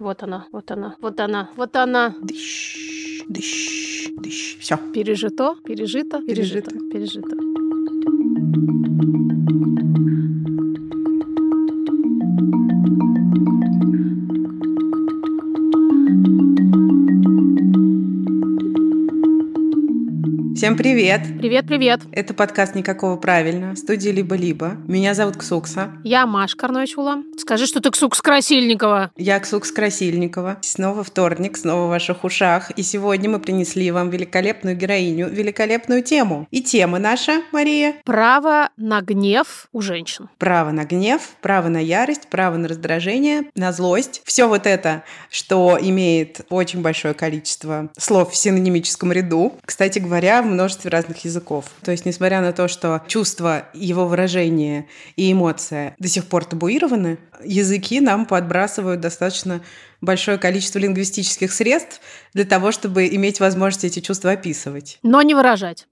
Вот она, вот она, вот она, вот она. Дыщ, дыщ, дыщ. Все. Пережито, пережито, пережито, пережито. Всем привет! Привет-привет! Это подкаст «Никакого правильно», студия «Либо-либо». Меня зовут Ксукса. Я Маша Карнович-Ула. Скажи, что ты Ксукс Красильникова. Я Ксукс Красильникова. Снова вторник, снова в ваших ушах. И сегодня мы принесли вам великолепную героиню, великолепную тему. И тема наша, Мария? Право на гнев у женщин. Право на гнев, право на ярость, право на раздражение, на злость. Все вот это, что имеет очень большое количество слов в синонимическом ряду. Кстати говоря, в множестве разных языков. То есть, несмотря на то, что чувство, его выражение и эмоция до сих пор табуированы, языки нам подбрасывают достаточно большое количество лингвистических средств для того, чтобы иметь возможность эти чувства описывать. Но не выражать.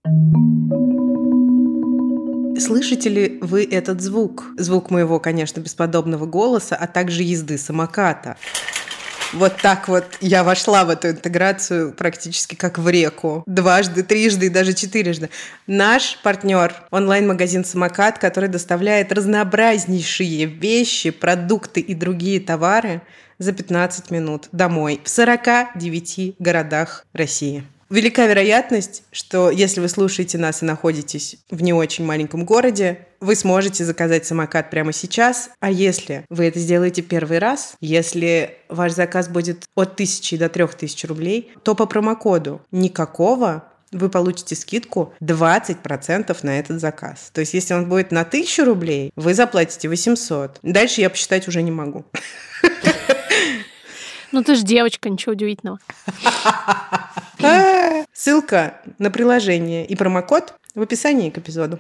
Слышите ли вы этот звук? Звук моего, конечно, бесподобного голоса, а также езды самоката. Вот так вот я вошла в эту интеграцию практически как в реку. Дважды, трижды и даже четырежды. Наш партнер – онлайн-магазин «Самокат», который доставляет разнообразнейшие вещи, продукты и другие товары за 15 минут домой в 49 городах России. Велика вероятность, что если вы слушаете нас и находитесь в не очень маленьком городе, вы сможете заказать самокат прямо сейчас. А если вы это сделаете первый раз, если ваш заказ будет от 1000 до 3000 рублей, то по промокоду «Никакого» вы получите скидку 20% на этот заказ. То есть если он будет на 1000 рублей, вы заплатите 800. Дальше я посчитать уже не могу. Ну ты ж девочка, ничего удивительного. Ссылка на приложение и промокод в описании к эпизоду.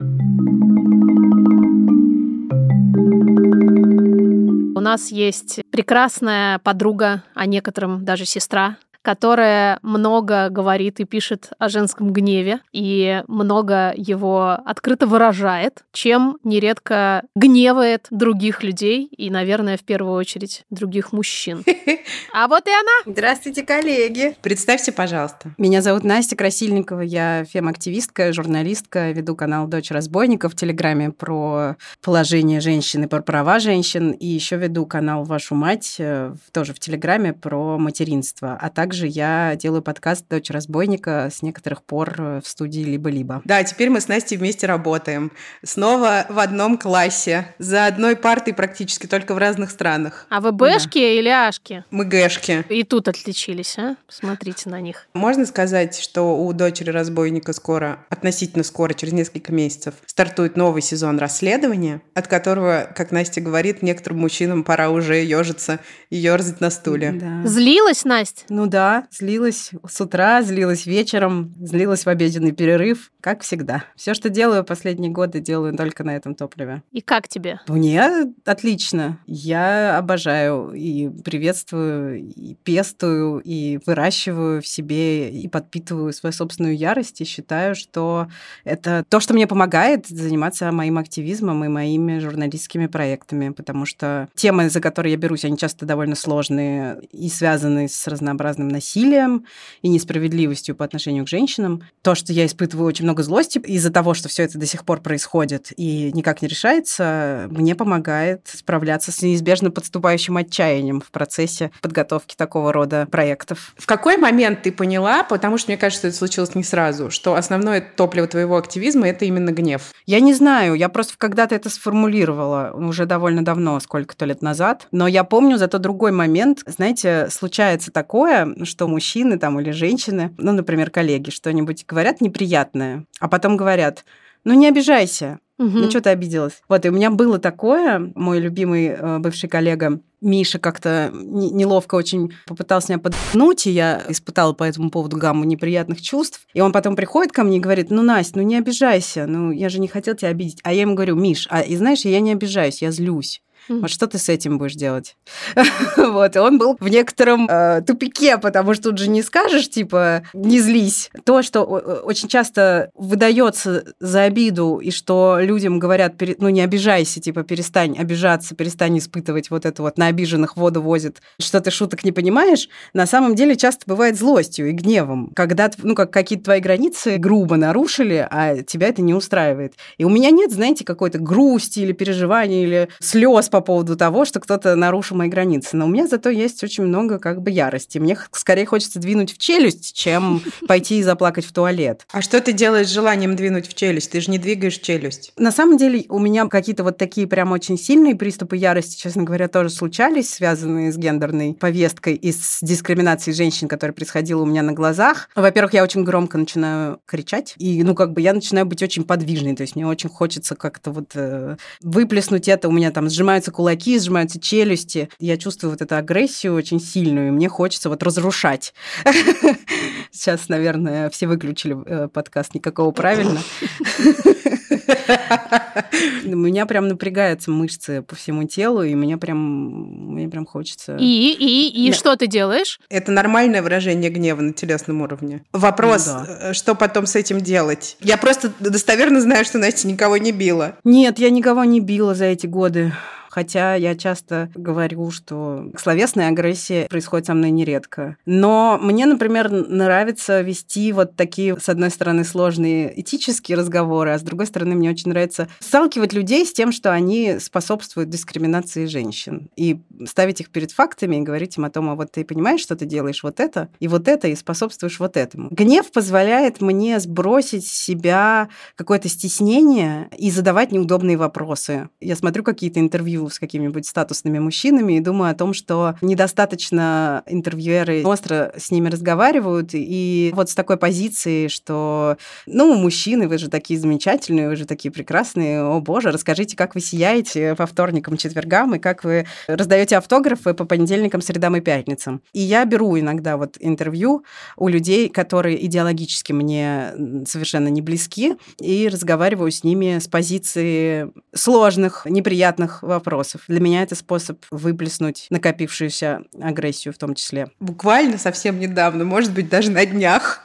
У нас есть прекрасная подруга, а некоторым даже сестра, которая много говорит и пишет о женском гневе и много его открыто выражает, чем нередко гневает других людей и, наверное, в первую очередь других мужчин. А вот и она! Здравствуйте, коллеги! Представьте, пожалуйста. Меня зовут Настя Красильникова, я фем-активистка, журналистка, веду канал «Дочь разбойника» в Телеграме про положение женщин и про права женщин, и еще веду канал «Вашу мать» тоже в Телеграме про материнство, а также я делаю подкаст «Дочь разбойника» с некоторых пор в студии «Либо-либо». Да, теперь мы с Настей вместе работаем. Снова в одном классе, за одной партой практически, только в разных странах. А вы бэшки или ашки? Мы гэшки. И тут отличились, а? Посмотрите на них. Можно сказать, что у «Дочери разбойника» относительно скоро, через несколько месяцев, стартует новый сезон расследования, от которого, как Настя говорит, некоторым мужчинам пора уже ежиться и ерзать на стуле. Да. Злилась, Настя? Ну да, злилась с утра, злилась вечером, злилась в обеденный перерыв, как всегда. Все, что делаю последние годы, делаю только на этом топливе. И как тебе? Мне отлично. Я обожаю и приветствую, и пестую, и выращиваю в себе, и подпитываю свою собственную ярость, и считаю, что это то, что мне помогает заниматься моим активизмом и моими журналистскими проектами, потому что темы, за которые я берусь, они часто довольно сложные и связаны с разнообразным насилием и несправедливостью по отношению к женщинам. То, что я испытываю очень много злости из-за того, что все это до сих пор происходит и никак не решается, мне помогает справляться с неизбежно подступающим отчаянием в процессе подготовки такого рода проектов. В какой момент ты поняла, потому что мне кажется, это случилось не сразу, что основное топливо твоего активизма — это именно гнев? Я не знаю, я просто когда-то это сформулировала уже довольно давно, сколько-то лет назад, но я помню зато другой момент. Знаете, случается такое, что мужчины там или женщины, ну, например, коллеги, что-нибудь говорят неприятное, а потом говорят: ну, не обижайся, ну, что ты обиделась? Вот, и у меня было такое, мой любимый бывший коллега Миша как-то неловко очень попытался меня поднуть, и я испытала по этому поводу гамму неприятных чувств. И он потом приходит ко мне и говорит: ну, Настя, ну не обижайся, ну я же не хотел тебя обидеть. А я ему говорю: Миш, и знаешь, я не обижаюсь, я злюсь. Вот что ты с этим будешь делать? Вот, и он был в некотором тупике, потому что тут же не скажешь, типа, не злись. То, что очень часто выдается за обиду, и что людям говорят, ну, не обижайся, типа, перестань обижаться, перестань испытывать вот это вот, на обиженных воду возит, что ты шуток не понимаешь, на самом деле часто бывает злостью и гневом, когда, ну, как какие-то твои границы грубо нарушили, а тебя это не устраивает. И у меня нет, знаете, какой-то грусти или переживания, или слез по поводу того, что кто-то нарушил мои границы. Но у меня зато есть очень много как бы ярости. Мне скорее хочется двинуть в челюсть, чем пойти и заплакать в туалет. А что ты делаешь с желанием двинуть в челюсть? Ты же не двигаешь челюсть. На самом деле у меня какие-то вот такие прям очень сильные приступы ярости, честно говоря, тоже случались, связанные с гендерной повесткой и с дискриминацией женщин, которая происходила у меня на глазах. Во-первых, я очень громко начинаю кричать, и, ну, как бы я начинаю быть очень подвижной, то есть мне очень хочется как-то вот выплеснуть это, у меня там сжимаются кулаки, сжимаются челюсти, я чувствую вот эту агрессию очень сильную, и мне хочется вот разрушать. Сейчас, наверное, все выключили подкаст «Никакого правильно». У меня прям напрягаются мышцы по всему телу, и мне прям хочется... И что ты делаешь? Это нормальное выражение гнева на телесном уровне. Вопрос, что потом с этим делать? Я просто достоверно знаю, что Настя никого не била. Нет, я никого не била за эти годы. Хотя я часто говорю, что словесная агрессия происходит со мной нередко. Но мне, например, нравится вести вот такие, с одной стороны, сложные этические разговоры, а с другой стороны, мне очень нравится сталкивать людей с тем, что они способствуют дискриминации женщин. И ставить их перед фактами и говорить им о том, а вот ты понимаешь, что ты делаешь вот это, и способствуешь вот этому. Гнев позволяет мне сбросить с себя какое-то стеснение и задавать неудобные вопросы. Я смотрю какие-то интервью с какими-нибудь статусными мужчинами и думаю о том, что недостаточно интервьюеры остро с ними разговаривают, и вот с такой позиции, что, ну, мужчины, вы же такие замечательные, вы же такие прекрасные, о боже, расскажите, как вы сияете по вторникам, четвергам, и как вы раздаете автографы по понедельникам, средам и пятницам. И я беру иногда вот интервью у людей, которые идеологически мне совершенно не близки, и разговариваю с ними с позиции сложных, неприятных вопросов. Для меня это способ выплеснуть накопившуюся агрессию в том числе. Буквально совсем недавно, может быть, даже на днях,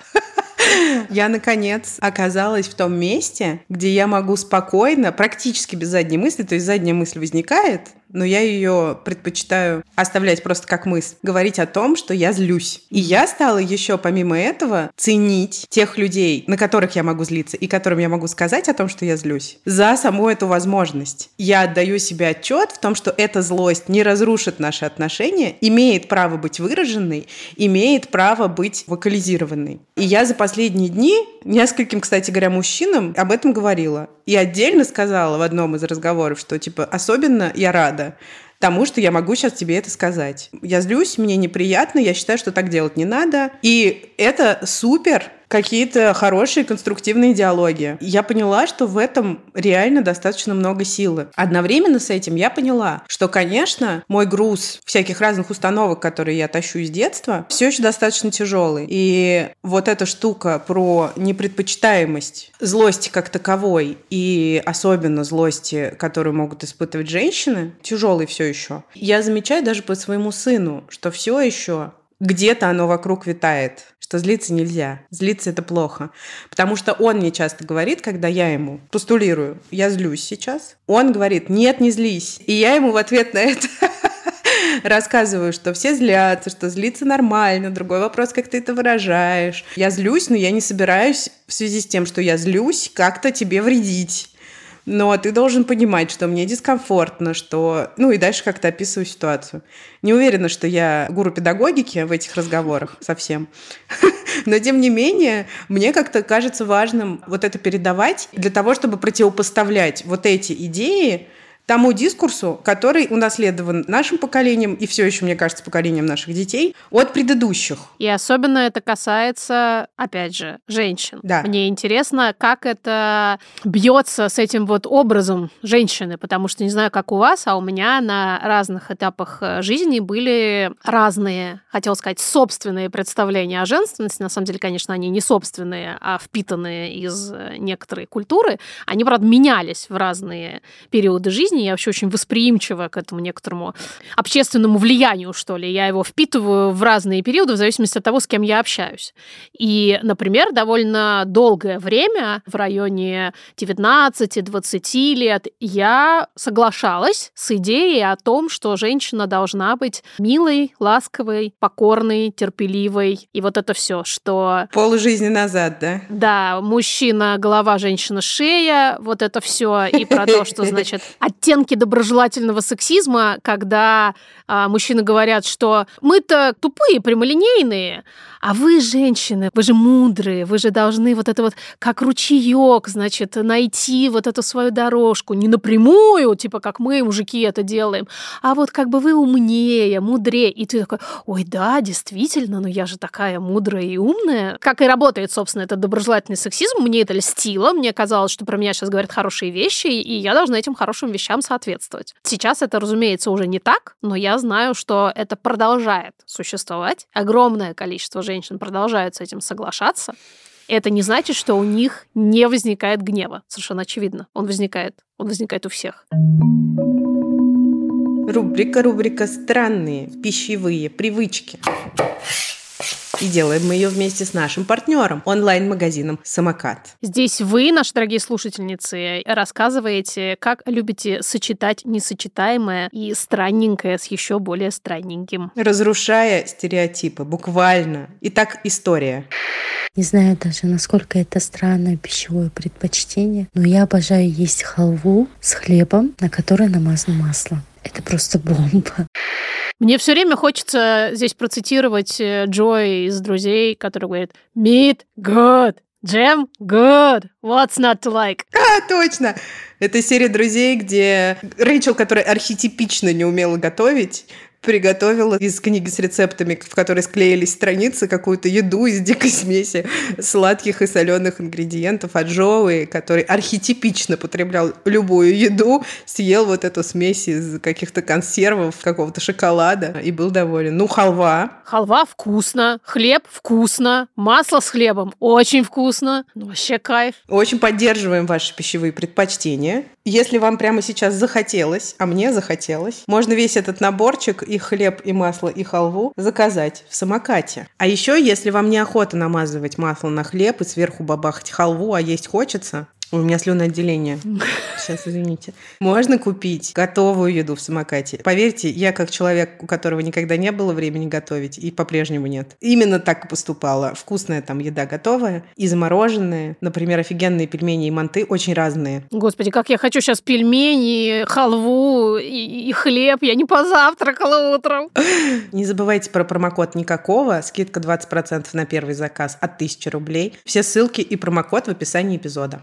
я, наконец, оказалась в том месте, где я могу спокойно, практически без задней мысли, то есть задняя мысль возникает, но я ее предпочитаю оставлять просто как мысль, говорить о том, что я злюсь. И я стала еще помимо этого ценить тех людей, на которых я могу злиться, и которым я могу сказать о том, что я злюсь, за саму эту возможность. Я отдаю себе отчет в том, что эта злость не разрушит наши отношения, имеет право быть выраженной, имеет право быть вокализированной. И я за последние дни нескольким, кстати говоря, мужчинам об этом говорила. И отдельно сказала в одном из разговоров, что, типа, особенно я рада тому, что я могу сейчас тебе это сказать. Я злюсь, мне неприятно, я считаю, что так делать не надо. И это супер какие-то хорошие конструктивные диалоги. Я поняла, что в этом реально достаточно много силы. Одновременно с этим я поняла, что, конечно, мой груз всяких разных установок, которые я тащу из детства, все еще достаточно тяжелый. И вот эта штука про непредпочитаемость злости как таковой и особенно злости, которую могут испытывать женщины, тяжелый все еще. Я замечаю даже по своему сыну, что все еще где-то оно вокруг витает, что злиться нельзя, злиться это плохо. Потому что он мне часто говорит, когда я ему постулирую, я злюсь сейчас, он говорит, нет, не злись. И я ему в ответ на это рассказываю, что все злятся, что злиться нормально, другой вопрос, как ты это выражаешь. Я злюсь, но я не собираюсь в связи с тем, что я злюсь, как-то тебе вредить. Но ты должен понимать, что мне дискомфортно, что... Ну и дальше как-то описываю ситуацию. Не уверена, что я гуру педагогики в этих разговорах совсем. Но, тем не менее, мне как-то кажется важным вот это передавать для того, чтобы противопоставлять вот эти идеи тому дискурсу, который унаследован нашим поколением и все еще, мне кажется, поколением наших детей от предыдущих. И особенно это касается, опять же, женщин. Да. Мне интересно, как это бьется с этим вот образом женщины, потому что не знаю, как у вас, а у меня на разных этапах жизни были разные, хотела сказать, собственные представления о женственности. На самом деле, конечно, они не собственные, а впитанные из некоторой культуры. Они, правда, менялись в разные периоды жизни. жизни, я вообще очень восприимчива к этому некоторому общественному влиянию, что ли. Я его впитываю в разные периоды в зависимости от того, с кем я общаюсь. И, например, довольно долгое время, в районе 19-20 лет, я соглашалась с идеей о том, что женщина должна быть милой, ласковой, покорной, терпеливой. И вот это все, что... Полжизни назад, да? Да, мужчина — голова, женщина — шея, вот это все. И про то, что, значит, оттенки доброжелательного сексизма, когда мужчины говорят, что мы-то тупые, прямолинейные, а вы, женщины, вы же мудрые, вы же должны вот это вот как ручеёк, значит, найти вот эту свою дорожку. Не напрямую, типа, как мы, мужики, это делаем, а вот как бы вы умнее, мудрее. И ты такой: ой, да, действительно, но я же такая мудрая и умная. Как и работает, собственно, этот доброжелательный сексизм. Мне это льстило, мне казалось, что про меня сейчас говорят хорошие вещи, и я должна этим хорошим вещам соответствовать. Сейчас это, разумеется, уже не так, но я знаю, что это продолжает существовать. Огромное количество женщин продолжают с этим соглашаться. Это не значит, что у них не возникает гнева. Совершенно очевидно. Он возникает у всех. Рубрика «Странные пищевые привычки». И делаем мы ее вместе с нашим партнером, онлайн-магазином «Самокат». Здесь вы, наши дорогие слушательницы, рассказываете, как любите сочетать несочетаемое и странненькое с еще более странненьким. Разрушая стереотипы, буквально. Итак, история. Не знаю даже, насколько это странное пищевое предпочтение, но я обожаю есть халву с хлебом, на который намазано масло. Это просто бомба. Мне все время хочется здесь процитировать Джой из «Друзей», который говорит: «Meat good, jam good, what's not to like?» Точно! Это серия «Друзей», где Рэйчел, которая архетипично не умела готовить, приготовила из книги с рецептами, в которой склеились страницы, какую-то еду из дикой смеси сладких и соленых ингредиентов. А Джоуи, который архетипично потреблял любую еду, съел вот эту смесь из каких-то консервов, какого-то шоколада и был доволен. Ну, халва. Халва вкусно, хлеб вкусно, масло с хлебом очень вкусно. Ну, вообще кайф. Очень поддерживаем ваши пищевые предпочтения. Если вам прямо сейчас захотелось, а мне захотелось, можно весь этот наборчик и хлеб, и масло, и халву заказать в «Самокате». А еще, если вам неохота намазывать масло на хлеб и сверху бабахать халву, а есть хочется... У меня слюноотделение. Сейчас, извините. Можно купить готовую еду в «Самокате». Поверьте, я как человек, у которого никогда не было времени готовить, и по-прежнему нет, именно так и поступала. Вкусная там еда готовая и замороженная. Например, офигенные пельмени и манты очень разные. Господи, как я хочу сейчас пельмени, халву и хлеб. Я не позавтракала утром. Не забывайте про промокод «Никакого». Скидка 20% на первый заказ от 1000 рублей. Все ссылки и промокод в описании эпизода.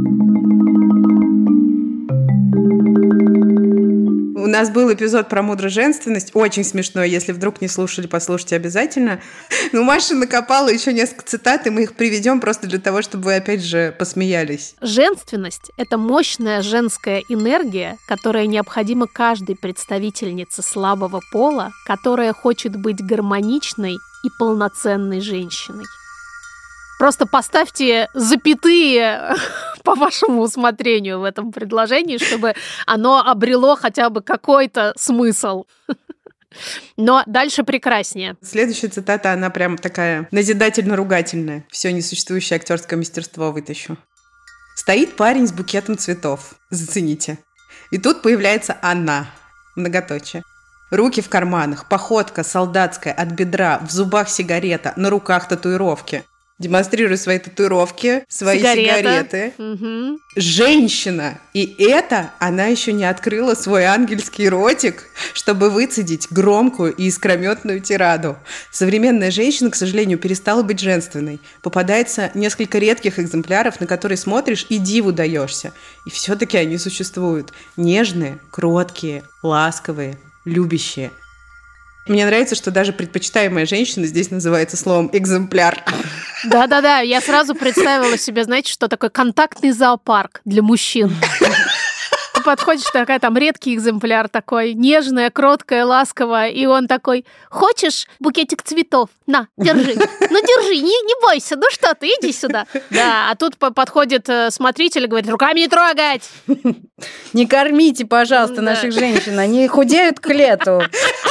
У нас был эпизод про мудроженственность, очень смешной, если вдруг не слушали, послушайте обязательно. Ну, Маша накопала еще несколько цитат, и мы их приведем просто для того, чтобы вы опять же посмеялись. Женственность – это мощная женская энергия, которая необходима каждой представительнице слабого пола, которая хочет быть гармоничной и полноценной женщиной. Просто поставьте запятые по вашему усмотрению в этом предложении, чтобы оно обрело хотя бы какой-то смысл. Но дальше прекраснее. Следующая цитата, она прям такая назидательно-ругательная. Все несуществующее актерское мастерство вытащу. Стоит парень с букетом цветов. Зацените. И тут появляется она. Многоточие. Руки в карманах, походка солдатская от бедра, в зубах сигарета, на руках татуировки. Демонстрирую свои татуировки, свои сигареты. Угу. Женщина. И это она еще не открыла свой ангельский ротик, чтобы выцедить громкую и искрометную тираду. Современная женщина, к сожалению, перестала быть женственной. Попадается несколько редких экземпляров, на которые смотришь и диву даешься. И все-таки они существуют. Нежные, кроткие, ласковые, любящие. Мне нравится, что даже предпочитаемая женщина здесь называется словом «экземпляр». Да-да-да, я сразу представила себе, знаете, что такое контактный зоопарк для мужчин. подходишь, такая там редкий экземпляр такой, нежная, кроткая, ласковая, и он такой: хочешь букетик цветов? На, держи. Ну, держи, не бойся, ну что ты, иди сюда. Да, а тут подходит смотритель и говорит: руками не трогать. Не кормите, пожалуйста, наших женщин, они худеют к лету.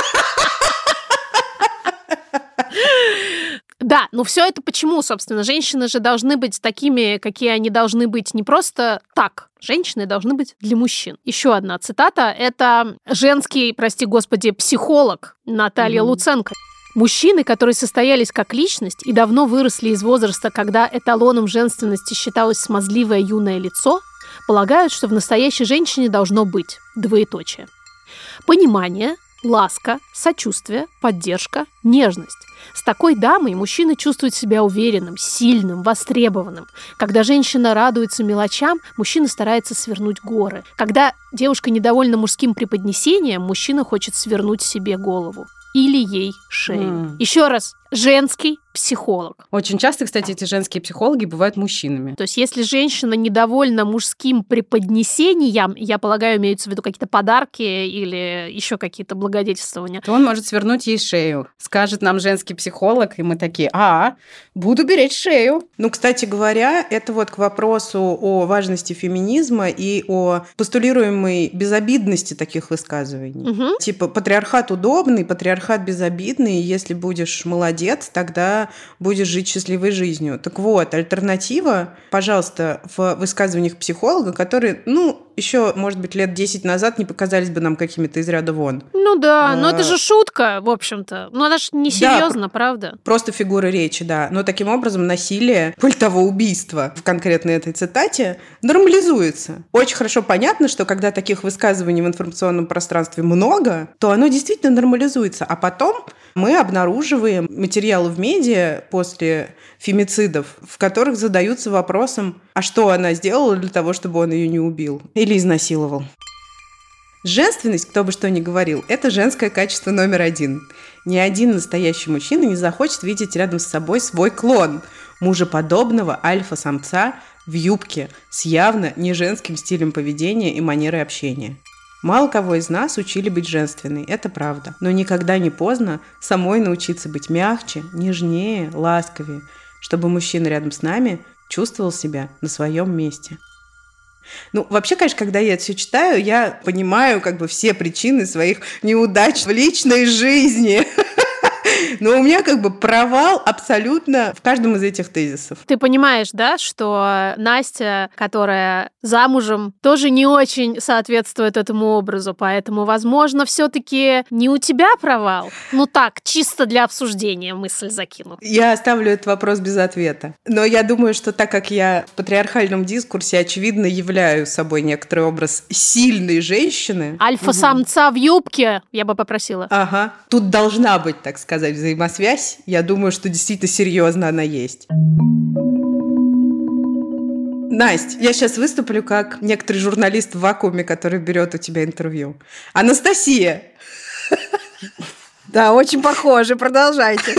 Да, но все это почему, собственно? Женщины же должны быть такими, какие они должны быть не просто так. Женщины должны быть для мужчин. Еще одна цитата. Это женский, прости господи, психолог Наталья Луценко. Мужчины, которые состоялись как личность и давно выросли из возраста, когда эталоном женственности считалось смазливое юное лицо, полагают, что в настоящей женщине должно быть двоеточие. Понимание, ласка, сочувствие, поддержка, нежность. С такой дамой мужчина чувствует себя уверенным, сильным, востребованным. Когда женщина радуется мелочам, мужчина старается свернуть горы. Когда девушка недовольна мужским преподнесением, мужчина хочет свернуть себе голову. Или ей шею. Еще раз, женский психолог. Очень часто, кстати, эти женские психологи бывают мужчинами. То есть, если женщина недовольна мужским преподнесением, я полагаю, имеются в виду какие-то подарки или еще какие-то благодетельствования, то он может свернуть ей шею. Скажет нам женский психолог, и мы такие: буду беречь шею. Ну, кстати говоря, это вот к вопросу о важности феминизма и о постулируемой безобидности таких высказываний. Типа, патриархат удобный, патриархат безобидный, и если будешь молодец, тогда будешь жить счастливой жизнью. Так вот, альтернатива, пожалуйста, в высказываниях психолога, которые, еще, может быть, лет 10 назад не показались бы нам какими-то из ряда вон. Ну да, но это же шутка, в общем-то. Ну она же не серьезно, правда? Просто фигура речи, да. Но таким образом насилие, более того, убийство в конкретной этой цитате нормализуется. Очень хорошо понятно, что когда таких высказываний в информационном пространстве много, то оно действительно нормализуется. А потом мы обнаруживаем материалы в медиа после фемицидов, в которых задаются вопросом: а что она сделала для того, чтобы он ее не убил или изнасиловал? Женственность, кто бы что ни говорил, это женское качество номер 1. Ни один настоящий мужчина не захочет видеть рядом с собой свой клон, мужеподобного альфа-самца в юбке с явно не женским стилем поведения и манерой общения. Мало кого из нас учили быть женственной, это правда. Но никогда не поздно самой научиться быть мягче, нежнее, ласковее, чтобы мужчина рядом с нами чувствовал себя на своем месте. Ну, вообще, конечно, когда я это все читаю, я понимаю все причины своих неудач в личной жизни. Но у меня провал абсолютно в каждом из этих тезисов. Ты понимаешь, да, что Настя, которая замужем, тоже не очень соответствует этому образу, поэтому, возможно, все-таки не у тебя провал. Ну так, чисто для обсуждения мысль закину. Я оставлю этот вопрос без ответа. Но я думаю, что так как я в патриархальном дискурсе, очевидно, являю собой некоторый образ сильной женщины. Альфа-самца в юбке, я бы попросила. Ага. Тут должна быть, так сказать, взаимосвязь. Я думаю, что действительно серьезно она есть. Настя, я сейчас выступлю как некоторый журналист в вакууме, который берет у тебя интервью. Анастасия! Да, очень похоже, продолжайте.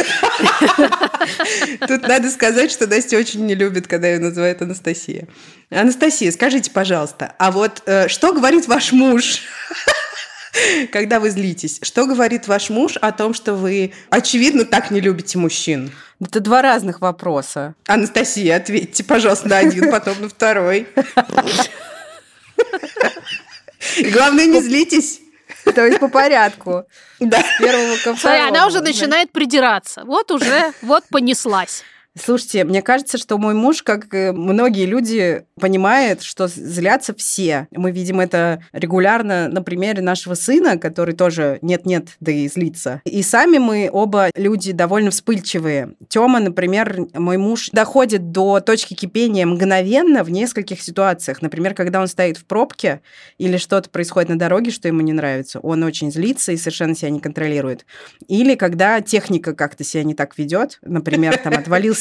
Тут надо сказать, что Настя очень не любит, когда ее называют Анастасия. Анастасия, скажите, пожалуйста, а вот что говорит ваш муж, когда вы злитесь? Что говорит ваш муж о том, что вы, очевидно, так не любите мужчин? Это два разных вопроса. Анастасия, ответьте, пожалуйста, на один, потом на второй. И главное, не злитесь. То есть по порядку. Да. С первого ко второму. Она уже начинает придираться. Вот понеслась. Слушайте, мне кажется, что мой муж, как и многие люди, понимает, что злятся все. Мы видим это регулярно на примере нашего сына, который тоже нет-нет, да и злится. И сами мы оба люди довольно вспыльчивые. Тёма, например, мой муж, доходит до точки кипения мгновенно в нескольких ситуациях. Например, когда он стоит в пробке или что-то происходит на дороге, что ему не нравится, он очень злится и совершенно себя не контролирует. Или когда техника как-то себя не так ведет, например, там отвалился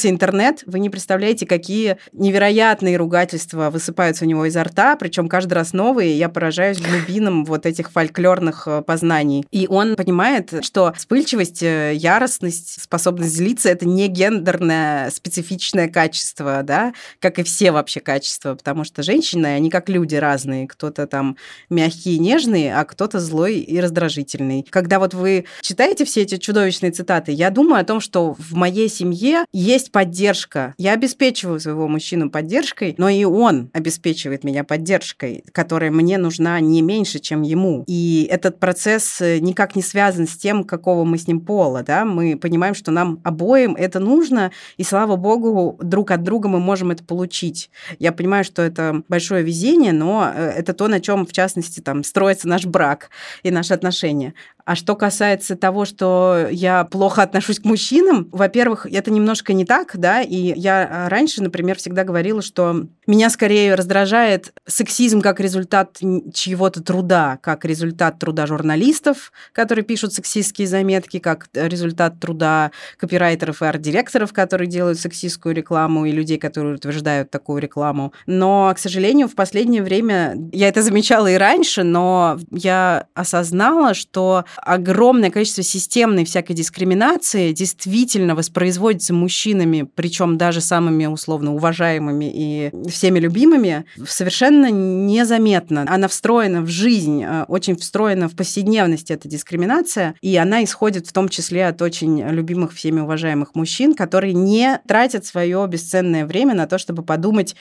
появился интернет, вы не представляете, какие невероятные ругательства высыпаются у него изо рта, причем каждый раз новые. Я поражаюсь глубинам вот этих фольклорных познаний. И он понимает, что вспыльчивость, яростность, способность злиться — это не гендерное специфичное качество, да, как и все вообще качества, потому что женщины, они как люди разные. Кто-то там мягкий и нежный, а кто-то злой и раздражительный. Когда вот вы читаете все эти чудовищные цитаты, я думаю о том, что в моей семье есть поддержка. Я обеспечиваю своего мужчину поддержкой, но и он обеспечивает меня поддержкой, которая мне нужна не меньше, чем ему. И этот процесс никак не связан с тем, какого мы с ним пола, да. Мы понимаем, что нам обоим это нужно, и, слава богу, друг от друга мы можем это получить. Я понимаю, что это большое везение, но это то, на чем, в частности, там, строится наш брак и наши отношения. А что касается того, что я плохо отношусь к мужчинам, во-первых, это немножко не так, да, и я раньше, например, всегда говорила, что меня скорее раздражает сексизм как результат чьего-то труда, как результат труда журналистов, которые пишут сексистские заметки, как результат труда копирайтеров и арт-директоров, которые делают сексистскую рекламу, и людей, которые утверждают такую рекламу. Но, к сожалению, в последнее время, я это замечала и раньше, но я осознала, что огромное количество системной всякой дискриминации действительно воспроизводится мужчинами, причем даже самыми условно уважаемыми и всеми любимыми, совершенно незаметно. Она встроена в жизнь, очень встроена в повседневность эта дискриминация, и она исходит в том числе от очень любимых всеми уважаемых мужчин, которые не тратят свое бесценное время на то, чтобы подумать,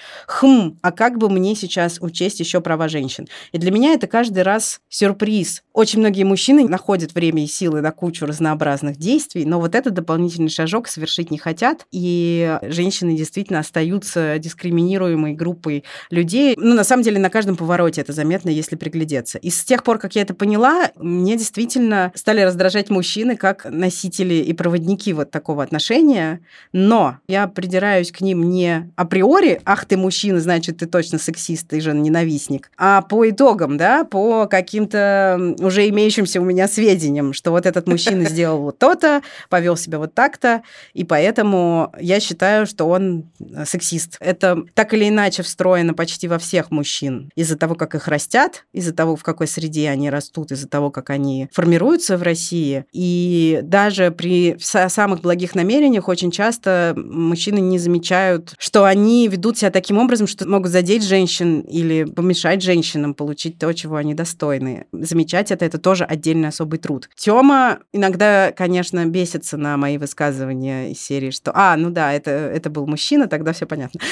а как бы мне сейчас учесть еще права женщин? И для меня это каждый раз сюрприз. Очень многие мужчины находят время и силы на кучу разнообразных действий, но вот этот дополнительный шажок совершить не хотят, и женщины действительно остаются дискриминируемой группой людей. На самом деле, на каждом повороте это заметно, если приглядеться. И с тех пор, как я это поняла, мне действительно стали раздражать мужчины как носители и проводники вот такого отношения, но я придираюсь к ним не априори, ах ты мужчина, значит, ты точно сексист, ты же ненавистник, а по итогам, да, по каким-то уже имеющимся у меня сведениям, что вот этот мужчина сделал вот то-то, повел себя вот так-то, и поэтому я считаю, что он сексист. Это так или иначе встроено почти во всех мужчин. Из-за того, как их растят, из-за того, в какой среде они растут, из-за того, как они формируются в России. И даже при самых благих намерениях очень часто мужчины не замечают, что они ведут себя таким образом, что могут задеть женщин или помешать женщинам получить то, чего они достойны. Замечать это тоже отдельный особый труд. Тёма иногда, конечно, бесится на мои высказывания из серии, что, ну да, это был мужчина, тогда все понятно.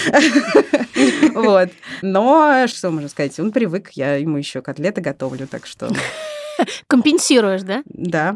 Вот. Но, что можно сказать, он привык, я ему еще котлеты готовлю, так что... Компенсируешь, да? Да.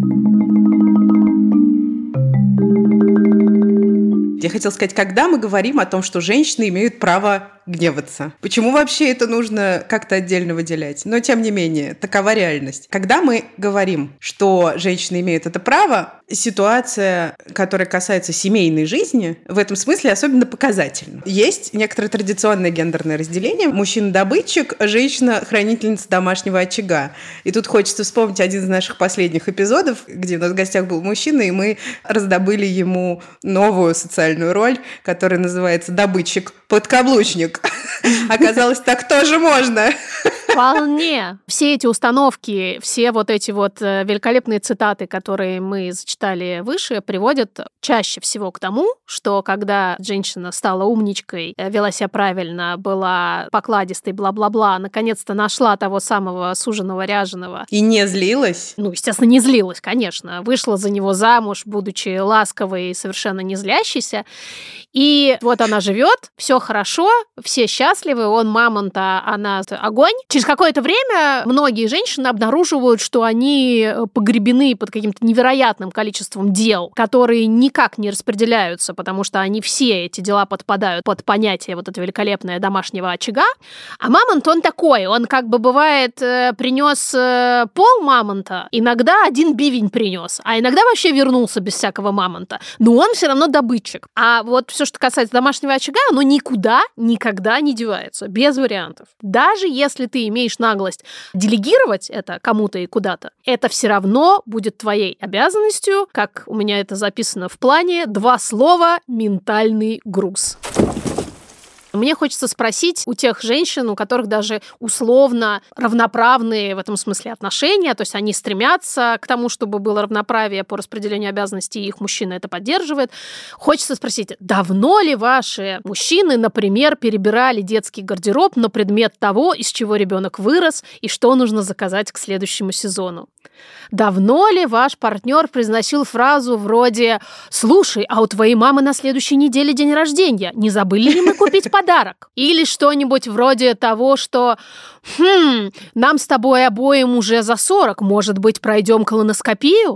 Я хотела сказать, когда мы говорим о том, что женщины имеют право гневаться. Почему вообще это нужно как-то отдельно выделять? Но, тем не менее, такова реальность. Когда мы говорим, что женщины имеют это право, ситуация, которая касается семейной жизни, в этом смысле особенно показательна. Есть некоторое традиционное гендерное разделение. Мужчина-добытчик, женщина-хранительница домашнего очага. И тут хочется вспомнить один из наших последних эпизодов, где у нас в гостях был мужчина, и мы раздобыли ему новую социальную роль, которая называется «добытчик-подкаблучник». Оказалось, так тоже можно. Вполне. Все эти установки, все вот эти вот великолепные цитаты, которые мы зачитали выше, приводят чаще всего к тому, что когда женщина стала умничкой, вела себя правильно, была покладистой, бла-бла-бла, наконец-то нашла того самого суженого ряженого. И не злилась? Естественно, не злилась, конечно. Вышла за него замуж, будучи ласковой и совершенно не злящейся. И вот она живет, все хорошо, все счастливы, он мамонта, она огонь. Через какое-то время многие женщины обнаруживают, что они погребены под каким-то невероятным количеством дел, которые никак не распределяются, потому что они все эти дела подпадают под понятие вот этого великолепное домашнего очага. А мамонт, он такой, он как бы бывает принес пол мамонта, иногда один бивень принес, а иногда вообще вернулся без всякого мамонта. Но он все равно добытчик. А вот все, что касается домашнего очага, оно никуда никогда не девается, без вариантов. Даже если ты имеешь наглость делегировать это кому-то и куда-то, это все равно будет твоей обязанностью следующую, как у меня это записано в плане, 2 слова «ментальный груз». Мне хочется спросить у тех женщин, у которых даже условно равноправные в этом смысле отношения, то есть они стремятся к тому, чтобы было равноправие по распределению обязанностей, и их мужчина это поддерживает. Хочется спросить, давно ли ваши мужчины, например, перебирали детский гардероб на предмет того, из чего ребенок вырос и что нужно заказать к следующему сезону? Давно ли ваш партнер произносил фразу вроде «Слушай, а у твоей мамы на следующей неделе день рождения, не забыли ли мы купить подарок?» Или что-нибудь вроде того, что «Нам с тобой обоим уже за 40, может быть, пройдем колоноскопию?»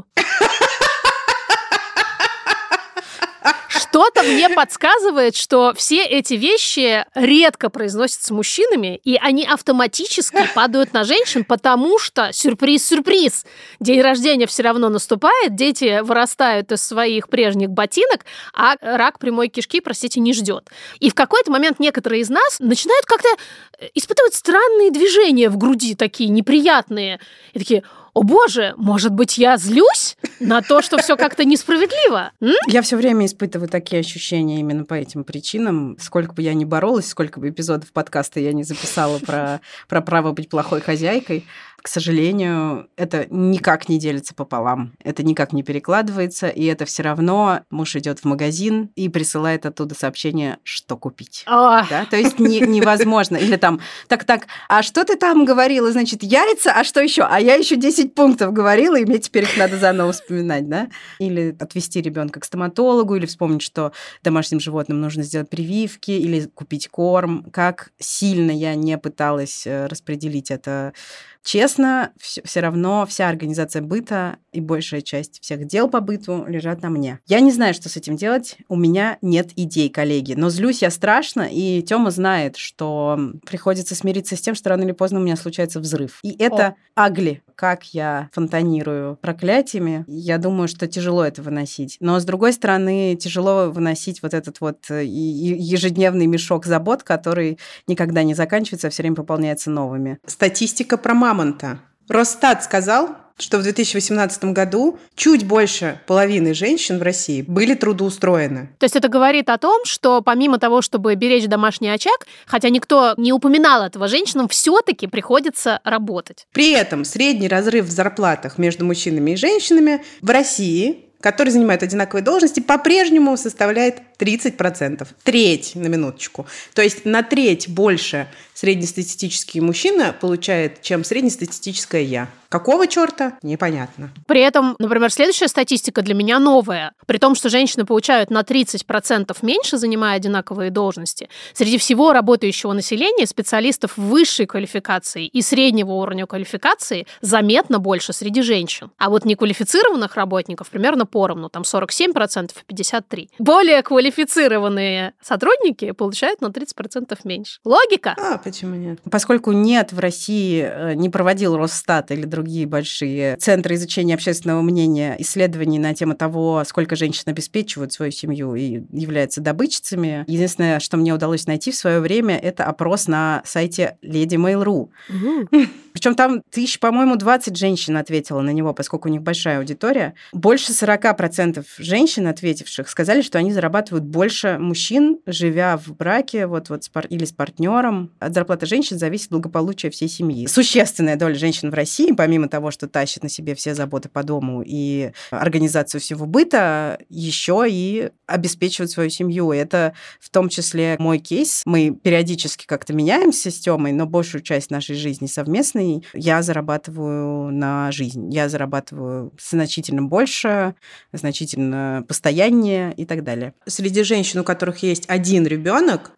Что-то мне подсказывает, что все эти вещи редко произносятся мужчинами, и они автоматически падают на женщин, потому что, сюрприз-сюрприз, день рождения все равно наступает, дети вырастают из своих прежних ботинок, а рак прямой кишки, простите, не ждет. И в какой-то момент некоторые из нас начинают как-то испытывать странные движения в груди, такие неприятные, и такие: «О боже, может быть, я злюсь на то, что все как-то несправедливо?» Я все время испытываю такие ощущения именно по этим причинам. Сколько бы я ни боролась, сколько бы эпизодов подкаста я не записала про право быть плохой хозяйкой, к сожалению, это никак не делится пополам. Это никак не перекладывается, и это все равно муж идет в магазин и присылает оттуда сообщение, что купить. Да? То есть невозможно. Или там, так, а что ты там говорила? Значит, яйца, а что еще? А я еще 10 пунктов говорила, и мне теперь их надо заново вспоминать, да? Или отвезти ребенка к стоматологу, или вспомнить, что домашним животным нужно сделать прививки, или купить корм. Как сильно я не пыталась распределить это честно, все равно вся организация быта и большая часть всех дел по быту лежат на мне. Я не знаю, что с этим делать. У меня нет идей, коллеги. Но злюсь я страшно, и Тёма знает, что приходится смириться с тем, что рано или поздно у меня случается взрыв. И это агли. Как я фонтанирую проклятиями, я думаю, что тяжело это выносить. Но, с другой стороны, тяжело выносить вот этот вот ежедневный мешок забот, который никогда не заканчивается, а все время пополняется новыми. Статистика про мамонта. Росстат сказал, что в 2018 году чуть больше половины женщин в России были трудоустроены. То есть это говорит о том, что помимо того, чтобы беречь домашний очаг, хотя никто не упоминал этого, женщинам все-таки приходится работать. При этом средний разрыв в зарплатах между мужчинами и женщинами в России, которые занимают одинаковые должности, по-прежнему составляет 30%. Треть, на минуточку. То есть на треть больше среднестатистический мужчина получает, чем среднестатистическая я. Какого черта? Непонятно. При этом, например, следующая статистика для меня новая. При том, что женщины получают на 30% меньше, занимая одинаковые должности, среди всего работающего населения специалистов высшей квалификации и среднего уровня квалификации заметно больше среди женщин. А вот неквалифицированных работников примерно поровну, там 47% и 53%. Более квалифицированные сотрудники получают на 30% меньше. Логика? Почему нет? Поскольку нет в России, не проводил Росстат или другие большие центры изучения общественного мнения исследований на тему того, сколько женщин обеспечивают свою семью и являются добытчицами. Единственное, что мне удалось найти в свое время, это опрос на сайте Lady.Mail.ru. Причем там по-моему, 20 женщин ответило на него, поскольку у них большая аудитория. Больше 40% женщин, ответивших, сказали, что они зарабатывают больше мужчин, живя в браке или с партнером. От зарплаты женщин зависит благополучие всей семьи. Существенная доля женщин в России, помимо того, что тащит на себе все заботы по дому и организацию всего быта, еще и обеспечивают свою семью. Это в том числе мой кейс. Мы периодически как-то меняемся с Тёмой, но большую часть нашей жизни совместной я зарабатываю на жизнь. Я зарабатываю значительно больше, значительно постояннее и так далее. Среди женщин, у которых есть один ребенок,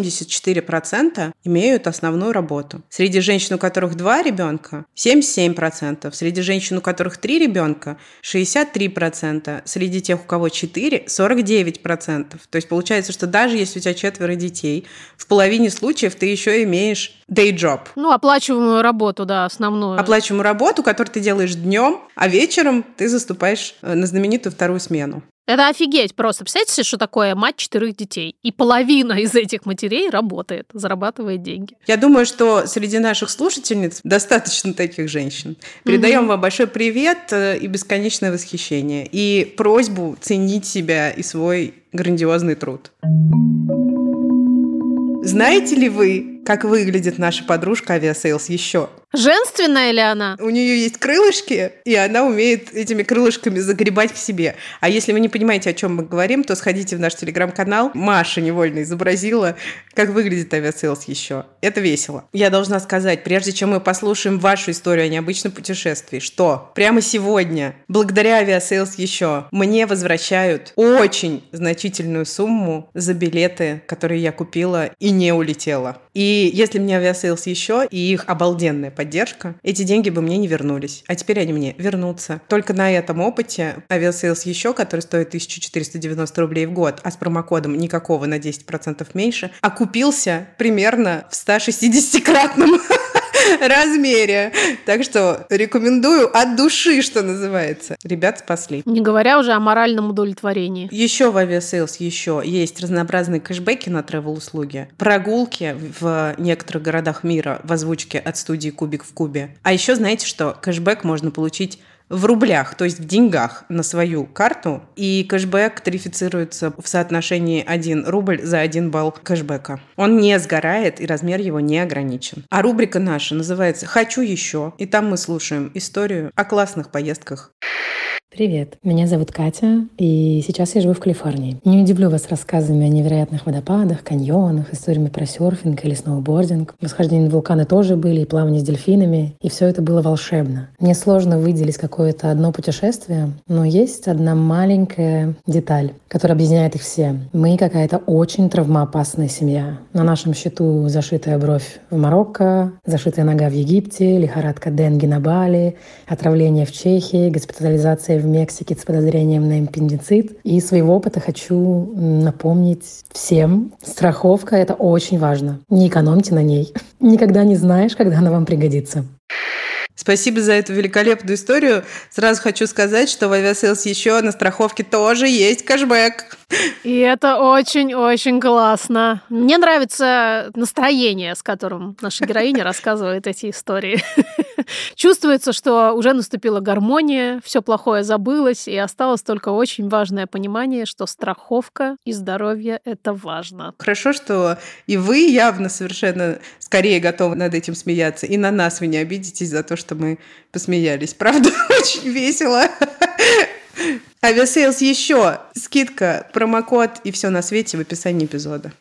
84% имеют основную работу. Среди женщин, у которых 2 ребенка, 77%. Среди женщин, у которых 3 ребенка, 63%. Среди тех, у кого 4, 49%. То есть получается, что даже если у тебя 4 детей, в половине случаев ты еще имеешь day job. Оплачиваемую работу, да, основную. Оплачиваемую работу, которую ты делаешь днем, а вечером ты заступаешь на знаменитую вторую смену. Это офигеть просто. Представляете себе, что такое мать 4 детей? И половина из этих матерей работает, зарабатывает деньги. Я думаю, что среди наших слушательниц достаточно таких женщин. Передаем вам большой привет и бесконечное восхищение. И просьбу ценить себя и свой грандиозный труд. Знаете ли вы, как выглядит наша подружка Авиасейлс еще? Женственная ли она? У нее есть крылышки, и она умеет этими крылышками загребать к себе. А если вы не понимаете, о чем мы говорим, то сходите в наш телеграм-канал. Маша невольно изобразила, как выглядит Авиасейлс еще. Это весело. Я должна сказать, прежде чем мы послушаем вашу историю о необычном путешествии, что прямо сегодня, благодаря Авиасейлс еще, мне возвращают очень значительную сумму за билеты, которые я купила и не улетела. И если мне Авиасейлс еще и их обалденная поддержка, эти деньги бы мне не вернулись. А теперь они мне вернутся. Только на этом опыте Авиасейлс еще, который стоит 1490 рублей в год, а с промокодом никакого на 10% меньше, окупился примерно в 160-кратном размере. Так что рекомендую от души, что называется. Ребят спасли. Не говоря уже о моральном удовлетворении. Еще в Авиасейлс еще есть разнообразные кэшбэки на тревел-услуги, прогулки в некоторых городах мира в озвучке от студии «Кубик в кубе». А еще знаете что? Кэшбэк можно получить в рублях, то есть в деньгах на свою карту, и кэшбэк тарифицируется в соотношении 1 рубль за 1 балл кэшбэка. Он не сгорает, и размер его не ограничен. А рубрика наша называется «Хочу еще», и там мы слушаем историю о классных поездках. Привет, меня зовут Катя, и сейчас я живу в Калифорнии. Не удивлю вас рассказами о невероятных водопадах, каньонах, историями про серфинг или сноубординг. Восхождения на вулканы тоже были, и плавание с дельфинами, и все это было волшебно. Мне сложно выделить какое-то одно путешествие, но есть одна маленькая деталь, которая объединяет их все. Мы какая-то очень травмоопасная семья. На нашем счету зашитая бровь в Марокко, зашитая нога в Египте, лихорадка Денги на Бали, отравление в Чехии, госпитализация в Мексике с подозрением на аппендицит. И из своего опыта хочу напомнить всем, страховка — это очень важно. Не экономьте на ней. Никогда не знаешь, когда она вам пригодится. Спасибо за эту великолепную историю. Сразу хочу сказать, что в Авиасейлс еще на страховке тоже есть кэшбэк. И это очень-очень классно. Мне нравится настроение, с которым наша героиня рассказывает эти истории. Чувствуется, что уже наступила гармония, все плохое забылось, и осталось только очень важное понимание, что страховка и здоровье — это важно. Хорошо, что и вы явно совершенно скорее готовы над этим смеяться, и на нас вы не обидитесь за то, что мы посмеялись. Правда, очень весело. Авиасейлс еще. Скидка, промокод и все на свете в описании эпизода.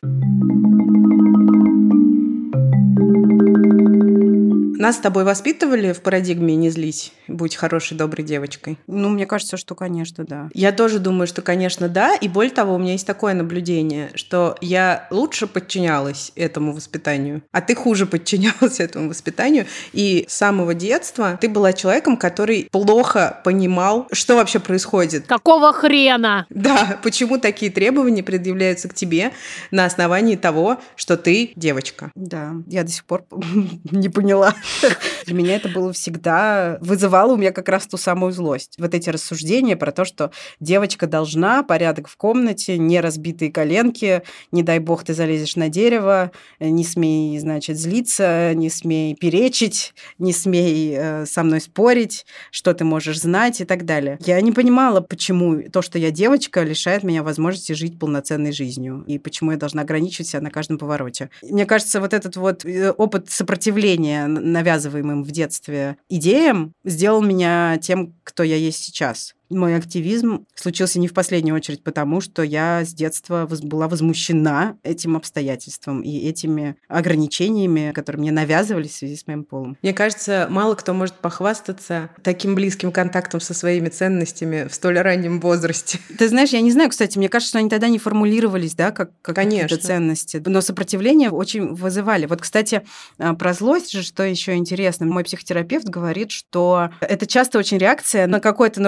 Нас с тобой воспитывали в парадигме «не злись, будь хорошей, доброй девочкой»? Ну, мне кажется, что, конечно, да. Я тоже думаю, что, конечно, да. И более того, у меня есть такое наблюдение, что я лучше подчинялась этому воспитанию, а ты хуже подчинялась этому воспитанию. И с самого детства ты была человеком, который плохо понимал, что вообще происходит. Какого хрена? Да, почему такие требования предъявляются к тебе на основании того, что ты девочка. Да, я до сих пор не поняла. Для меня это было всегда... Вызывало у меня как раз ту самую злость. Вот эти рассуждения про то, что девочка должна, порядок в комнате, не разбитые коленки, не дай бог ты залезешь на дерево, не смей, значит, злиться, не смей перечить, не смей со мной спорить, что ты можешь знать и так далее. Я не понимала, почему то, что я девочка, лишает меня возможности жить полноценной жизнью, и почему я должна ограничивать себя на каждом повороте. Мне кажется, вот этот вот опыт сопротивления навязываемым в детстве идеям сделал меня тем, кто я есть сейчас. Мой активизм случился не в последнюю очередь потому, что я с детства была возмущена этим обстоятельством и этими ограничениями, которые мне навязывались в связи с моим полом. Мне кажется, мало кто может похвастаться таким близким контактом со своими ценностями в столь раннем возрасте. Ты знаешь, я не знаю, кстати, мне кажется, что они тогда не формулировались, да, как какие-то ценности, но сопротивление очень вызывали. Вот, кстати, про злость же, что еще интересно, мой психотерапевт говорит, что это часто очень реакция на какое-то нарушение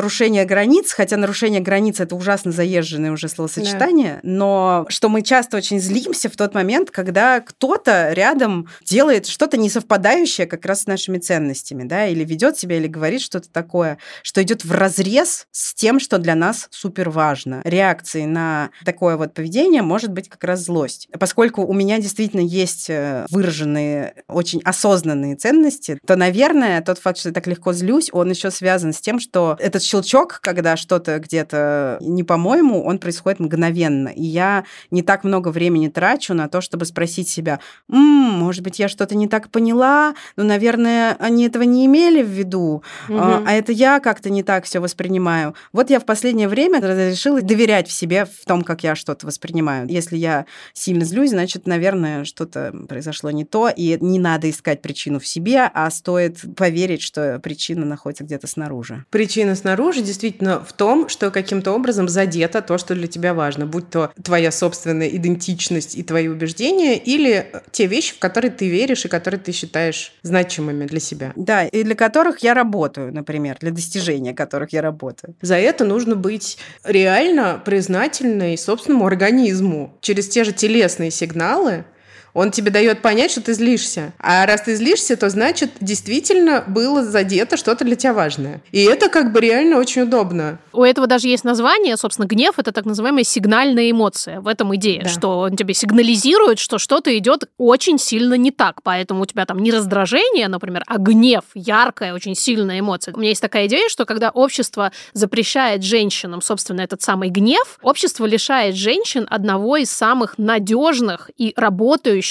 границ, хотя нарушение границ — это ужасно заезженное уже словосочетание, но что мы часто очень злимся в тот момент, когда кто-то рядом делает что-то несовпадающее как раз с нашими ценностями, да, или ведет себя, или говорит что-то такое, что идет вразрез с тем, что для нас супер важно. Реакцией на такое вот поведение может быть как раз злость. Поскольку у меня действительно есть выраженные, очень осознанные ценности, то, наверное, тот факт, что я так легко злюсь, он еще связан с тем, что этот щелчок, когда что-то где-то не по-моему, он происходит мгновенно. И я не так много времени трачу на то, чтобы спросить себя, может быть, я что-то не так поняла, но, наверное, они этого не имели в виду, а это я как-то не так все воспринимаю. Вот я в последнее время решила доверять в себе в том, как я что-то воспринимаю. Если я сильно злюсь, значит, наверное, что-то произошло не то, и не надо искать причину в себе, а стоит поверить, что причина находится где-то снаружи. Причина снаружи действительно в том, что каким-то образом задето то, что для тебя важно, будь то твоя собственная идентичность и твои убеждения, или те вещи, в которые ты веришь и которые ты считаешь значимыми для себя. Да, и для которых я работаю, например, для достижения которых я работаю. За это нужно быть реально признательной собственному организму. Через те же телесные сигналы он тебе дает понять, что ты злишься. А раз ты злишься, то значит, действительно было задето что-то для тебя важное. И это как бы реально очень удобно. У этого даже есть название, собственно, гнев — это так называемая сигнальная эмоция. В этом идея, Да. что он тебе сигнализирует, что что-то идет очень сильно не так. Поэтому у тебя там не раздражение, например, а гнев, яркая, очень сильная эмоция. У меня есть такая идея, что когда общество запрещает женщинам, собственно, этот самый гнев, общество лишает женщин одного из самых надежных и работающих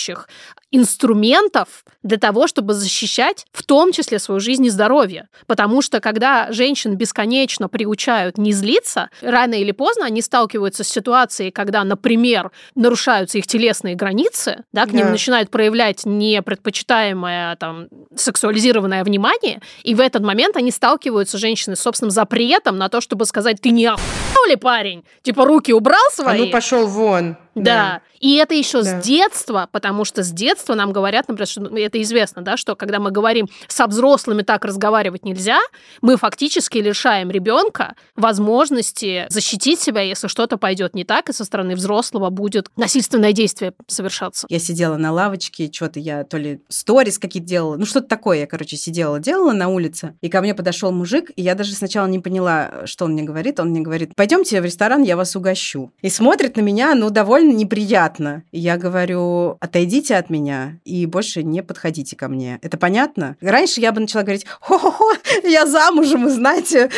инструментов для того, чтобы защищать в том числе свою жизнь и здоровье. Потому что когда женщин бесконечно приучают не злиться, рано или поздно они сталкиваются с ситуацией, когда, например, нарушаются их телесные границы, да, к ним начинают проявлять непредпочитаемое там, сексуализированное внимание, и в этот момент они сталкиваются, женщины, с собственным запретом на то, чтобы сказать: ты не охуел ли, парень? Типа, руки убрал свои? А ну пошел вон. Да. И это еще с детства, потому что с детства нам говорят, например, что это известно, да, что когда мы говорим, со взрослыми так разговаривать нельзя, мы фактически лишаем ребенка возможности защитить себя, если что-то пойдет не так, и со стороны взрослого будет насильственное действие совершаться. Я сидела на лавочке, что-то я то ли сторис какие-то делала, ну что-то такое я, короче, делала на улице, и ко мне подошел мужик, и я даже сначала не поняла, что он мне говорит. Он мне говорит: пойдемте в ресторан, я вас угощу. И смотрит на меня, ну, довольно неприятно. И я говорю: отойдите от меня и больше не подходите ко мне. Это понятно? Раньше я бы начала говорить: хо-хо-хо, я замужем, вы знаете,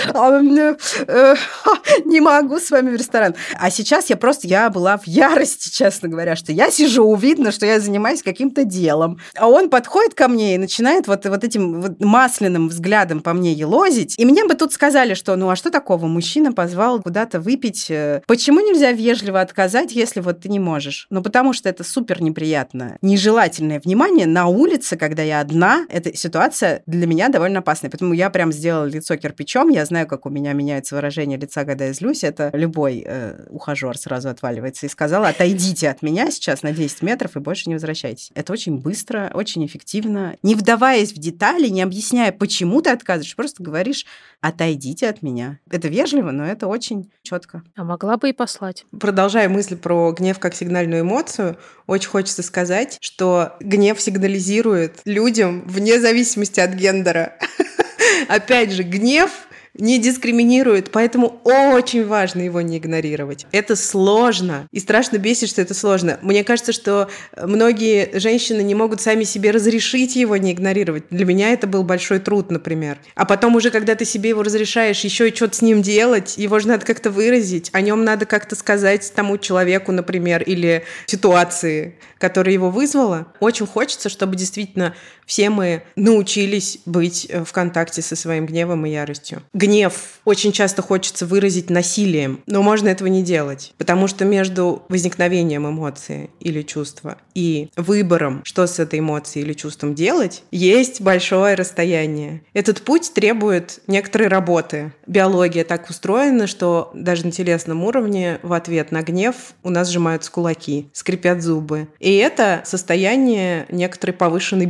не могу с вами в ресторан. А сейчас я была в ярости, честно говоря, что я сижу, видно, что я занимаюсь каким-то делом. А он подходит ко мне и начинает вот этим вот масляным взглядом по мне елозить. И мне бы тут сказали, что ну а что такого? Мужчина позвал куда-то выпить. Почему нельзя вежливо отказать, если вот ты не можешь? Ну потому что это супер неприятно. Нежелательное внимание на улице, когда я одна, эта ситуация для меня довольно опасная. Поэтому я прям сделала лицо кирпичом. Я знаю, как у меня меняется выражение лица, когда я злюсь. Это любой ухажер сразу отваливается. И сказала: отойдите от меня сейчас на 10 метров и больше не возвращайтесь. Это очень быстро, очень эффективно. Не вдаваясь в детали, не объясняя, почему ты отказываешь, просто говоришь: отойдите от меня. Это вежливо, но это очень четко. А могла бы и послать. Продолжая мысль про гнев как сигнальную эмоцию, очень хочется сказать, что гнев сигнализирует людям вне зависимости от гендера. Опять же, гнев не дискриминирует, поэтому очень важно его не игнорировать. Это сложно, и страшно бесит, что это сложно. Мне кажется, что многие женщины не могут сами себе разрешить его не игнорировать. Для меня это был большой труд, например. А потом уже, когда ты себе его разрешаешь, еще и что-то с ним делать, его же надо как-то выразить, о нем надо как-то сказать тому человеку, например, или ситуации, которая его вызвала. Очень хочется, чтобы действительно все мы научились быть в контакте со своим гневом и яростью. Гнев очень часто хочется выразить насилием, но можно этого не делать, потому что между возникновением эмоции или чувства и выбором, что с этой эмоцией или чувством делать, есть большое расстояние. Этот путь требует некоторой работы. Биология так устроена, что даже на телесном уровне в ответ на гнев у нас сжимаются кулаки, скрипят зубы. И это состояние некоторой повышенной боевой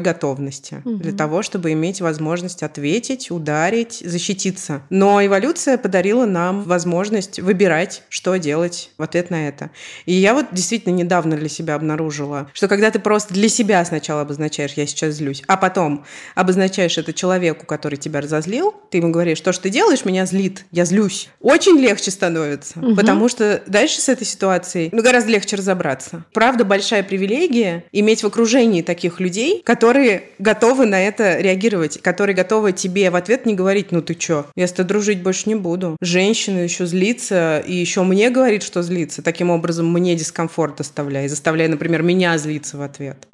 готовности для того, чтобы иметь возможность ответить, ударить, защититься. Но эволюция подарила нам возможность выбирать, что делать в ответ на это. И я вот действительно недавно для себя обнаружила, что когда ты просто для себя сначала обозначаешь «я сейчас злюсь», а потом обозначаешь это человеку, который тебя разозлил, ты ему говоришь: «То, что ты делаешь, меня злит, я злюсь». Очень легче становится, потому что дальше с этой ситуацией гораздо легче разобраться. Правда, большая привилегия иметь в окружении таких людей, которые готовы на это реагировать, которые готовы тебе в ответ не говорить: «Ну ты чё, я с тобой дружить больше не буду». Женщина еще злится и еще мне говорит, что злится. Таким образом, мне дискомфорт доставляя, заставляя, например, меня злиться в ответ.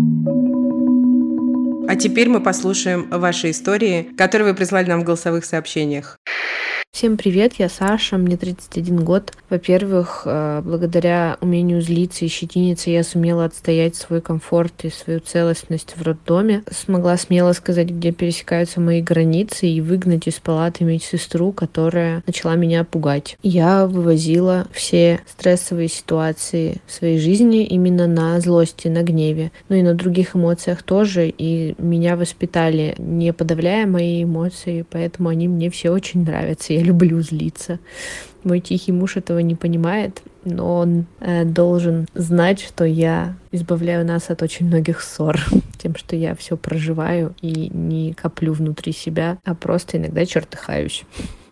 А теперь мы послушаем ваши истории, которые вы прислали нам в голосовых сообщениях. Всем привет, я Саша, мне 31 год. Во-первых, благодаря умению злиться и щетиниться я сумела отстоять свой комфорт и свою целостность в роддоме. Смогла смело сказать, где пересекаются мои границы, и выгнать из палаты медсестру, которая начала меня пугать. Я вывозила все стрессовые ситуации в своей жизни именно на злости, на гневе, ну и на других эмоциях тоже, и меня воспитали, не подавляя мои эмоции, поэтому они мне все очень нравятся. Я люблю злиться. Мой тихий муж этого не понимает, но он должен знать, что я избавляю нас от очень многих ссор тем, что я все проживаю и не коплю внутри себя, а просто иногда чертыхаюсь.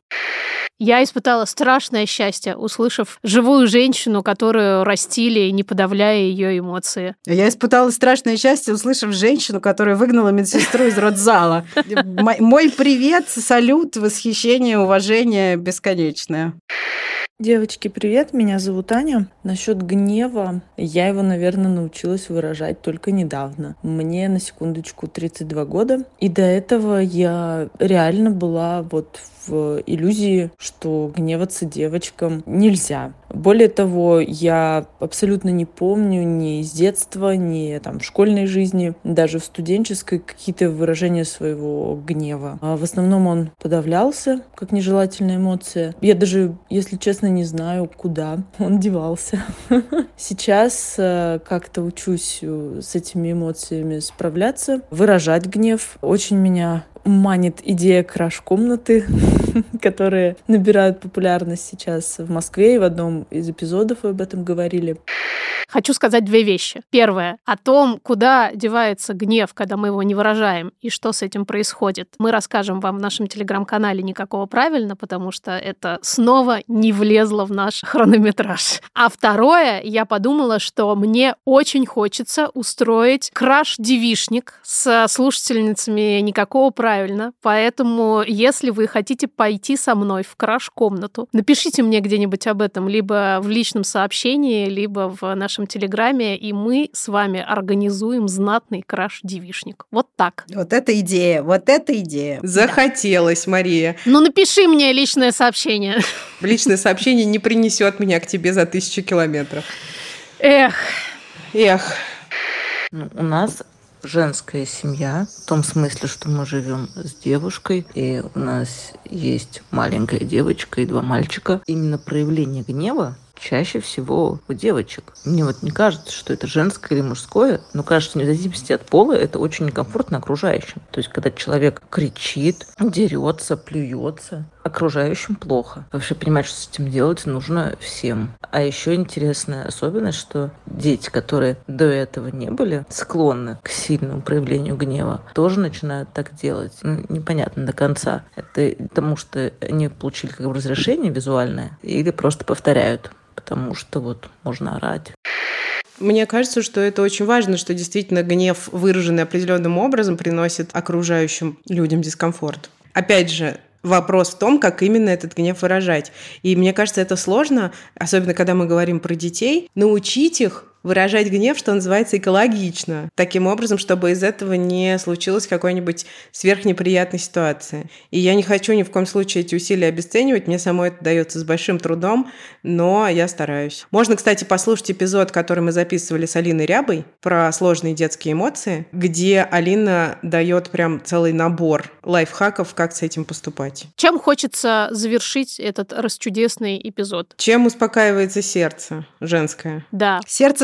Я испытала страшное счастье, услышав живую женщину, которую растили, не подавляя ее эмоции. Я испытала страшное счастье, услышав женщину, которая выгнала медсестру из родзала. Мой привет, салют, восхищение, уважение бесконечное. Девочки, привет, меня зовут Аня. Насчет гнева, я его, наверное, научилась выражать только недавно. Мне, на секундочку, 32 года, и до этого я реально была вот в иллюзии, что гневаться девочкам нельзя. Более того, я абсолютно не помню ни из детства, ни там в школьной жизни, даже в студенческой какие-то выражения своего гнева. В основном он подавлялся, как нежелательная эмоция. Я даже, если честно, не знаю, куда он девался. Сейчас как-то учусь с этими эмоциями справляться, выражать гнев. Очень меня манит идея краш-комнаты, которые набирают популярность сейчас в Москве, и в одном из эпизодов вы об этом говорили. Хочу сказать две вещи. Первое. О том, куда девается гнев, когда мы его не выражаем, и что с этим происходит. Мы расскажем вам в нашем телеграм-канале «Никакого правильно», потому что это снова не влезло в наш хронометраж. А второе, я подумала, что мне очень хочется устроить краш-девишник с слушательницами «Никакого правильно». Поэтому, если вы хотите пойти со мной в краш-комнату, напишите мне где-нибудь об этом либо в личном сообщении, либо в нашем телеграме, и мы с вами организуем знатный краш-девишник. Вот так. Вот это идея, вот это идея. Захотелось, Мария. Ну, напиши мне личное сообщение. Личное сообщение не принесет меня к тебе за 1000 километров. Эх. У нас женская семья, в том смысле, что мы живем с девушкой, и у нас есть маленькая девочка и 2 мальчика. Именно проявление гнева чаще всего у девочек. Мне вот не кажется, что это женское или мужское, но кажется, вне зависимости от пола, это очень некомфортно окружающим. То есть, когда человек кричит, дерется, плюется, окружающим плохо. Вообще понимать, что с этим делать, нужно всем. А еще интересная особенность, что дети, которые до этого не были склонны к сильному проявлению гнева, тоже начинают так делать. Непонятно до конца. Это потому, что они получили как бы разрешение визуальное или просто повторяют. Потому что вот можно орать. Мне кажется, что это очень важно, что действительно гнев, выраженный определенным образом, приносит окружающим людям дискомфорт. Опять же, вопрос в том, как именно этот гнев выражать. И мне кажется, это сложно, особенно когда мы говорим про детей, научить их выражать гнев, что называется, экологично. Таким образом, чтобы из этого не случилось какой-нибудь сверхнеприятной ситуации. И я не хочу ни в коем случае эти усилия обесценивать. Мне самой это дается с большим трудом, но я стараюсь. Можно, кстати, послушать эпизод, который мы записывали с Алиной Рябой про сложные детские эмоции, где Алина дает прям целый набор лайфхаков, как с этим поступать. Чем хочется завершить этот расчудесный эпизод? Чем успокаивается сердце женское? Да. Сердце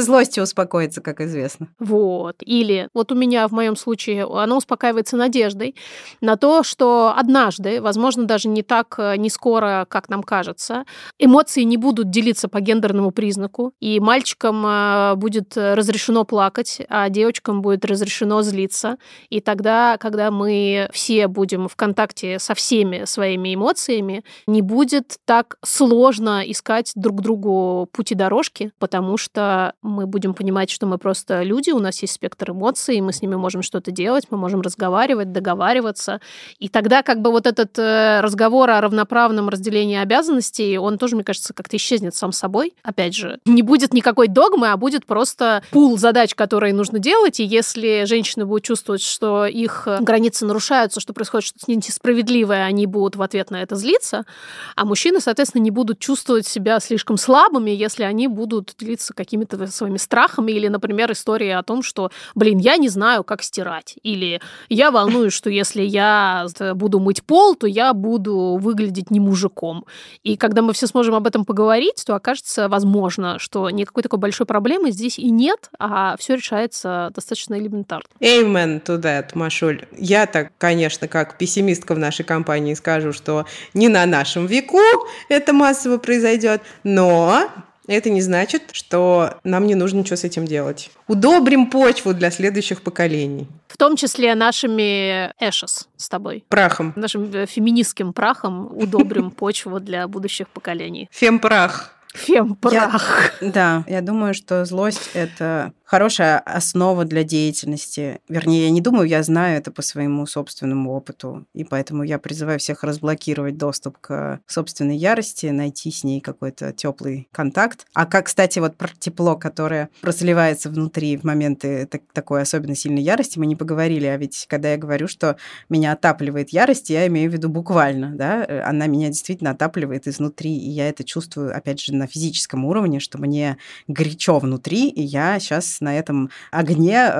злостью успокоится, как известно. Вот. Или вот у меня, в моем случае, оно успокаивается надеждой на то, что однажды, возможно, даже не скоро, как нам кажется, эмоции не будут делиться по гендерному признаку, и мальчикам будет разрешено плакать, а девочкам будет разрешено злиться. И тогда, когда мы все будем в контакте со всеми своими эмоциями, не будет так сложно искать друг другу пути дорожки, потому что мы будем понимать, что мы просто люди, у нас есть спектр эмоций, мы с ними можем что-то делать, мы можем разговаривать, договариваться. И тогда как бы вот этот разговор о равноправном разделении обязанностей, он тоже, мне кажется, как-то исчезнет сам собой. Опять же, не будет никакой догмы, а будет просто пул задач, которые нужно делать, и если женщины будут чувствовать, что их границы нарушаются, что происходит что-то несправедливое, они будут в ответ на это злиться, а мужчины, соответственно, не будут чувствовать себя слишком слабыми, если они будут делиться какими-то своими страхами или, например, истории о том, что, я не знаю, как стирать, или я волнуюсь, что если я буду мыть пол, то я буду выглядеть не мужиком. И когда мы все сможем об этом поговорить, то окажется, возможно, что никакой такой большой проблемы здесь и нет, а все решается достаточно элементарно. Amen to that, Машуль. Я так, конечно, как пессимистка в нашей компании скажу, что не на нашем веку это массово произойдет, но это не значит, что нам не нужно ничего с этим делать. Удобрим почву для следующих поколений. В том числе нашими эшес с тобой. Прахом. Нашим феминистским прахом удобрим почву для будущих поколений. Фемпрах. Фемпрах. Я думаю, что злость – это хорошая основа для деятельности. Вернее, я не думаю, я знаю это по своему собственному опыту. И поэтому я призываю всех разблокировать доступ к собственной ярости, найти с ней какой-то теплый контакт. А как, кстати, вот про тепло, которое разливается внутри в моменты такой особенно сильной ярости, мы не поговорили. А ведь когда я говорю, что меня отапливает ярость, я имею в виду буквально, да? Она меня действительно отапливает изнутри, и я это чувствую, опять же, на физическом уровне, что мне горячо внутри, и я сейчас на этом огне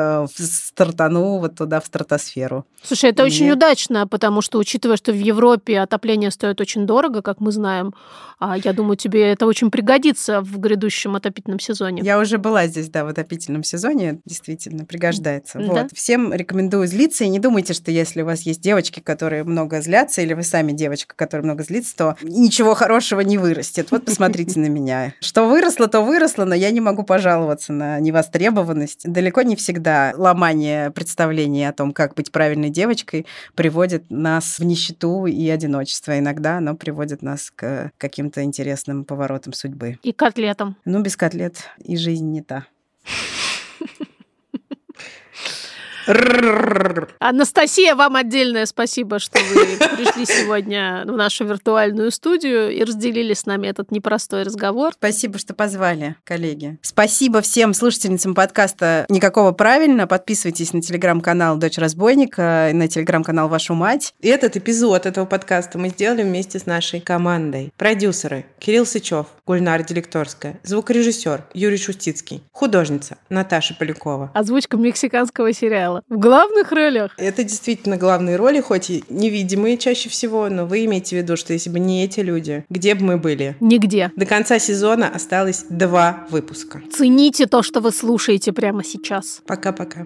стартану вот туда, в стратосферу. Слушай, это очень удачно, потому что, учитывая, что в Европе отопление стоит очень дорого, как мы знаем, я думаю, тебе это очень пригодится в грядущем отопительном сезоне. Я уже была здесь, в отопительном сезоне, действительно, пригождается. Да? Вот. Всем рекомендую злиться, и не думайте, что если у вас есть девочки, которые много злятся, или вы сами девочка, которая много злится, то ничего хорошего не вырастет. Вот посмотрите на меня. Что выросло, то выросло, но я не могу пожаловаться на невостребованность. Далеко не всегда ломание представлений о том, как быть правильной девочкой, приводит нас в нищету и одиночество. Иногда оно приводит нас к каким-то интересным поворотам судьбы. И котлетам. Без котлет и жизнь не та. Анастасия, вам отдельное спасибо, что вы пришли сегодня в нашу виртуальную студию и разделили с нами этот непростой разговор. Спасибо, что позвали, коллеги. Спасибо всем слушательницам подкаста «Никакого правильно». Подписывайтесь на телеграм-канал «Дочь разбойника», на телеграм-канал «Вашу мать». Этот эпизод этого подкаста мы сделали вместе с нашей командой. Продюсеры Кирилл Сычев, Гульнара Делекторская, звукорежиссер Юрий Шустицкий, художница Наташа Полякова. Озвучка мексиканского сериала. В главных ролях. Это действительно главные роли, хоть и невидимые чаще всего, но вы имеете в виду, что если бы не эти люди, где бы мы были? Нигде. До конца сезона осталось 2 выпуска. Цените то, что вы слушаете прямо сейчас. Пока-пока.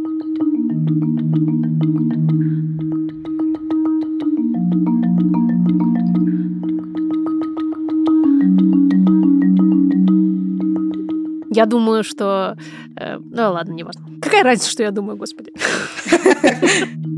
Я думаю, что... ладно, неважно. Какая разница, что я думаю, господи.